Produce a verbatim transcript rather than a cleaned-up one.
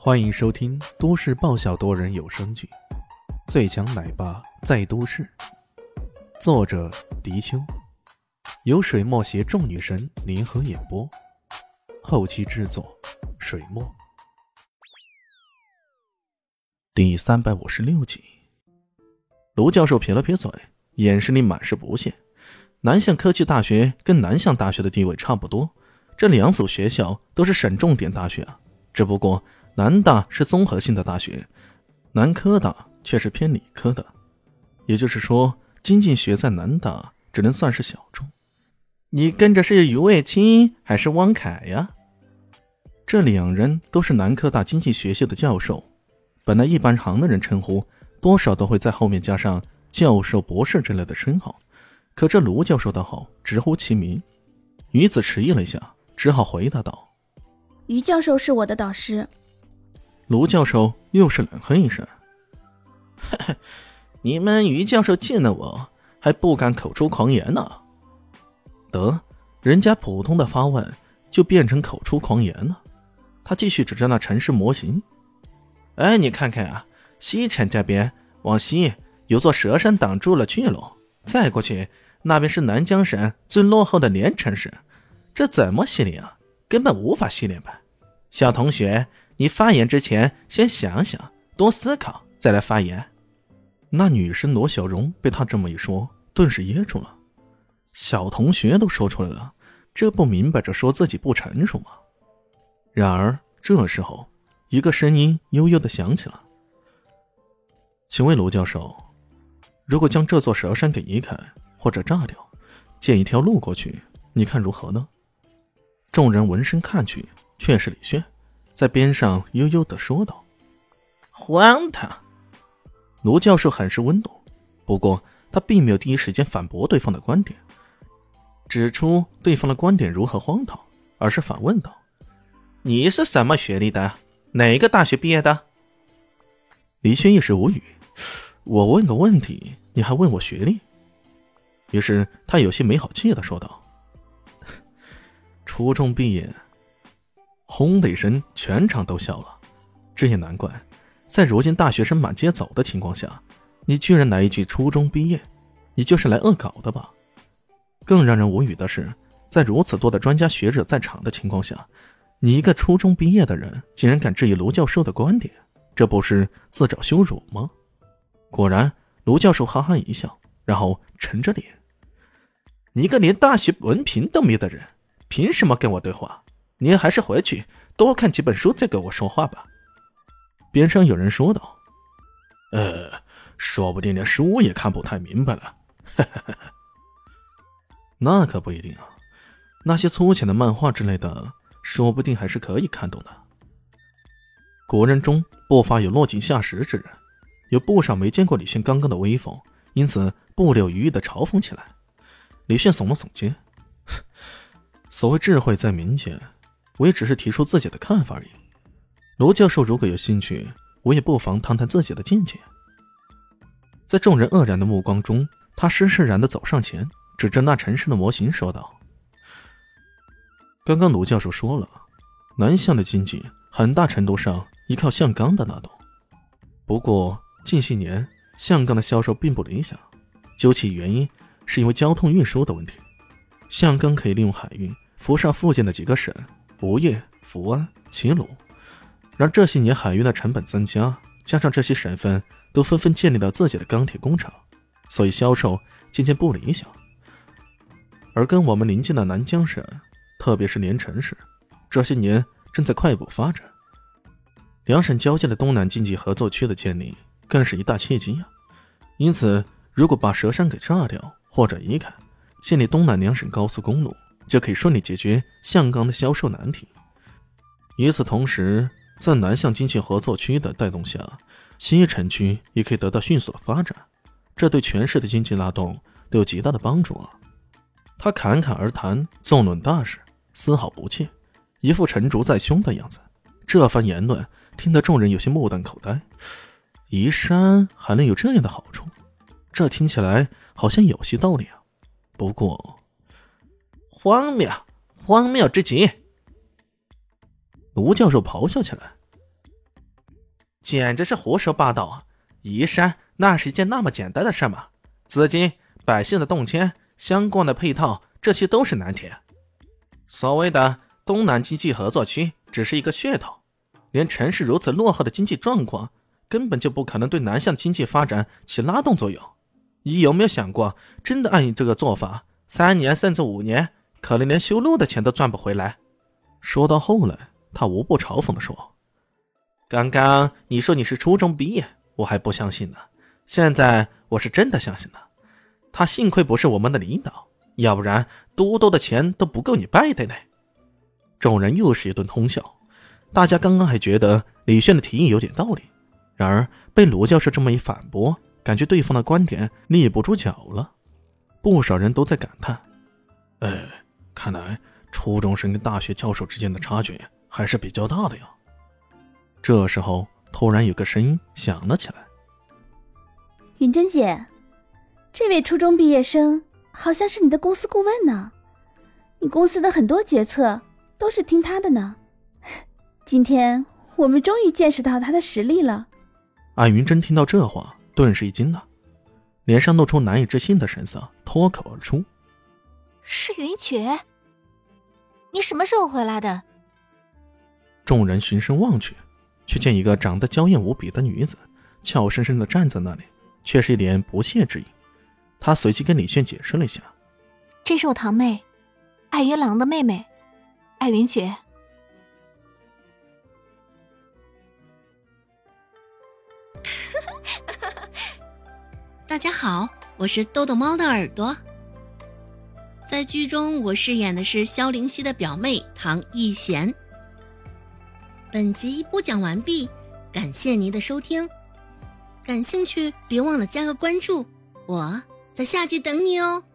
欢迎收听都市爆笑多人有声剧《最强奶爸在都市》，作者：迪秋，由水墨携众女神联合演播，后期制作：水墨。第三百五十六集，卢教授撇了撇嘴，眼神里满是不屑。南向科技大学跟南向大学的地位差不多，这两所学校都是省重点大学啊，只不过南大是综合性的大学，南科大却是偏理科的，也就是说经济学在南大只能算是小众。你跟着是余卫清还是汪凯呀？这两人都是南科大经济学系的教授，本来一般行的人称呼多少都会在后面加上教授、博士之类的称号，可这卢教授倒好，直呼其名。女子迟疑了一下，只好回答道： 余教授是我的导师。 卢教授又是冷哼一声：你们余教授见了我还不敢口出狂言呢。得，人家普通的发问就变成口出狂言了。他继续指着那城市模型：哎，你看看啊，西城这边往西有座蛇山挡住了去路，再过去那边是南江省最落后的连城市，这怎么系列啊？根本无法系列吧。小同学，你发言之前先想想，多思考再来发言。那女生罗小荣被他这么一说，顿时噎住了。小同学都说出来了，这不明摆着说自己不成熟吗？然而这时候一个声音悠悠地响起了：请问卢教授，如果将这座蛇山给移开或者炸掉，建一条路过去，你看如何呢？众人闻声看去，却是李炫在边上悠悠地说道：荒唐。卢教授很是温动，不过他并没有第一时间反驳对方的观点，指出对方的观点如何荒唐，而是反问道：你是什么学历的？哪个大学毕业的？李轩一时无语，我问个问题，你还问我学历？于是他有些没好气地说道：初中毕业。轰的一声，全场都笑了。这也难怪，在如今大学生满街走的情况下，你居然来一句初中毕业，你就是来恶搞的吧？更让人无语的是，在如此多的专家学者在场的情况下，你一个初中毕业的人竟然敢质疑卢教授的观点，这不是自找羞辱吗？果然，卢教授哈哈一笑，然后沉着脸：你一个连大学文凭都没的人，凭什么跟我对话？你还是回去多看几本书再跟我说话吧。边上有人说道：呃，说不定连书也看不太明白了。那可不一定啊，那些粗浅的漫画之类的，说不定还是可以看懂的。国人中不乏有落井下石之人，有不少没见过李炫刚刚的威风，因此不留余裕地嘲讽起来。李炫耸了耸肩：所谓智慧在民间，我也只是提出自己的看法而已。卢教授如果有兴趣，我也不妨谈谈自己的见解。在众人愕然的目光中，他施施然地走上前，指着那城市的模型说道：刚刚卢教授说了，南向的经济很大程度上依靠橡钢的拉动，不过近些年橡钢的销售并不理想，究其原因是因为交通运输的问题。橡钢可以利用海运扶上附近的几个省，吴越、福安、齐鲁，让这些年海运的成本增加，加上这些省份都纷纷建立了自己的钢铁工厂，所以销售渐渐不理想。而跟我们邻近的南江省，特别是连城市，这些年正在快步发展。两省交界的东南经济合作区的建立更是一大契机啊！因此，如果把蛇山给炸掉或者移开，建立东南两省高速公路，就可以顺利解决橡钢的销售难题。与此同时，在南向经济合作区的带动下，西城区也可以得到迅速的发展，这对全市的经济拉动都有极大的帮助啊！他侃侃而谈，纵论大事，丝毫不怯，一副沉竹在胸的样子。这番言论听得众人有些目瞪口呆，移山还能有这样的好处？这听起来好像有些道理啊。不过荒谬，荒谬之极！卢教授咆哮起来： 简直是胡说八道啊！移山那是一件那么简单的事吗？资金、百姓的动迁、相关的配套，这些都是难题。所谓的东南经济合作区只是一个噱头，连城市如此落后的经济状况，根本就不可能对南向经济发展起拉动作用。你有没有想过，真的按你这个做法，三年甚至五年，可能连修路的钱都赚不回来？说到后来，他无不嘲讽地说：刚刚你说你是初中毕业，我还不相信呢，现在我是真的相信了。他幸亏不是我们的领导，要不然多多的钱都不够你败的呢。众人又是一顿通笑，大家刚刚还觉得李炫的提议有点道理，然而被卢教授这么一反驳，感觉对方的观点立不住脚了。不少人都在感叹，哎，看来初中生跟大学教授之间的差距还是比较大的呀。这时候突然有个声音响了起来， 云珍姐，这位初中毕业生好像是你的公司顾问呢，你公司的很多决策都是听他的呢。今天我们终于见识到他的实力了。 安云珍听到这话顿时一惊了，脸上露出难以置信的神色，脱口而出： 是云雪？你什么时候回来的？ 众人循声望去，却见一个长得娇艳无比的女子俏生生地站在那里，却是一脸不屑之意。她随即跟李炫解释了一下： 这是我堂妹，艾云郎的妹妹，艾云雪。 大家好，我是豆豆猫的耳朵。在剧中我饰演的是萧灵溪的表妹唐艺贤。本集播讲完毕，感谢您的收听，感兴趣别忘了加个关注，我在下集等你哦。